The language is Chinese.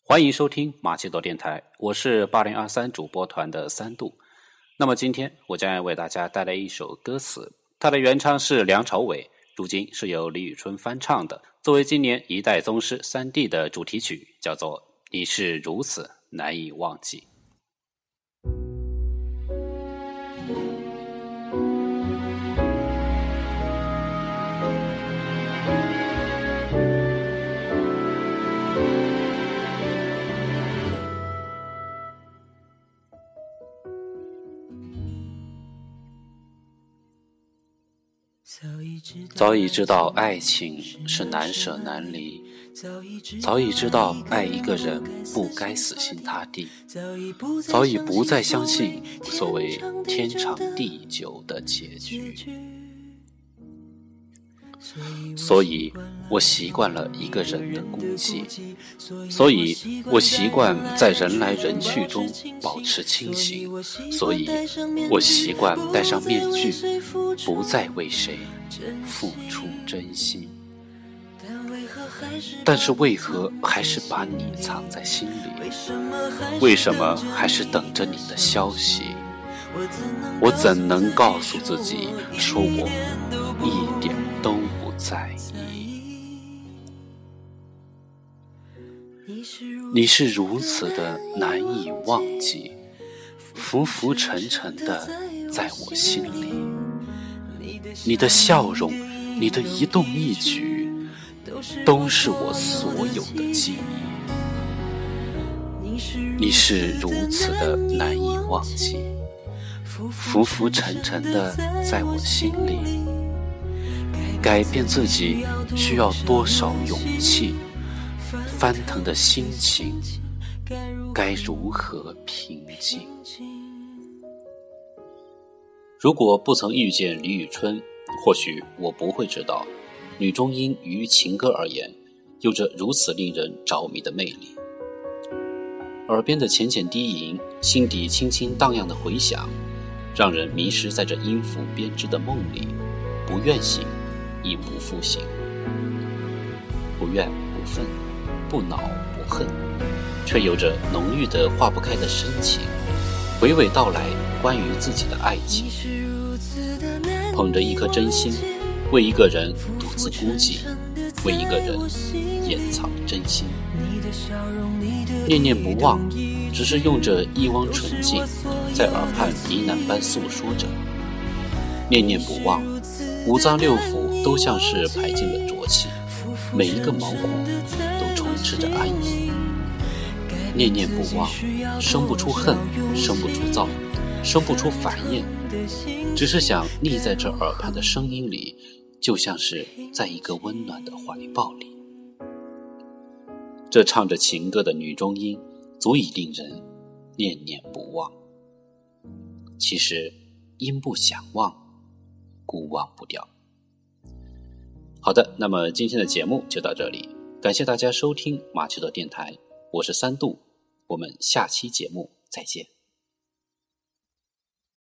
欢迎收听马奇朵电台，我是8023主播团的三度。那么今天我将为大家带来一首歌词，它的原唱是梁朝伟，如今是由李宇春翻唱的，作为今年一代宗师3D 的主题曲，叫做《你是如此难以忘记》。早已知道爱情是难舍难离，早已知道爱一个人不该死心塌地，早已不再相信所谓天长地久的结局。所以我习惯了一个人的孤寂，所以我习惯在人来人去中保持清醒，所以我习惯戴上面具，不再为谁付出真心。但是为何还是把你藏在心里？为什么还是等着你的消息？我怎能告诉自己，说我一点都不在意？你是如此的难以忘记，浮浮沉沉的在我心里。你的笑容，你的一动一举，都是我所有的记忆。你是如此的难以忘记，浮浮沉沉的在我心里。改变自己需要多少勇气？翻腾的心情该如何平静？如果不曾遇见李宇春，或许我不会知道女中音于情歌而言有着如此令人着迷的魅力。耳边的浅浅低吟，心底轻轻荡漾的回响，让人迷失在这音符编织的梦里，不愿醒亦不复醒，不怨不愤，不恼不恨，却有着浓郁的化不开的深情，娓娓道来关于自己的爱情。捧着一颗真心，为一个人独自孤寂，为一个人掩藏真心。念念不忘，只是用着一汪纯净，在耳畔呢喃般诉说着。念念不忘，五脏六腑都像是排尽了浊气，每一个毛孔都充斥着安逸。念念不忘，生不出恨，生不出躁，生不出烦厌，只是想腻在这耳畔的声音里，就像是在一个温暖的怀抱里。这唱着情歌的女中音，足以令人念念不忘。其实因不想忘，故忘不掉。好的，那么今天的节目就到这里，感谢大家收听马奇朵电台，我是三度，我们下期节目再见。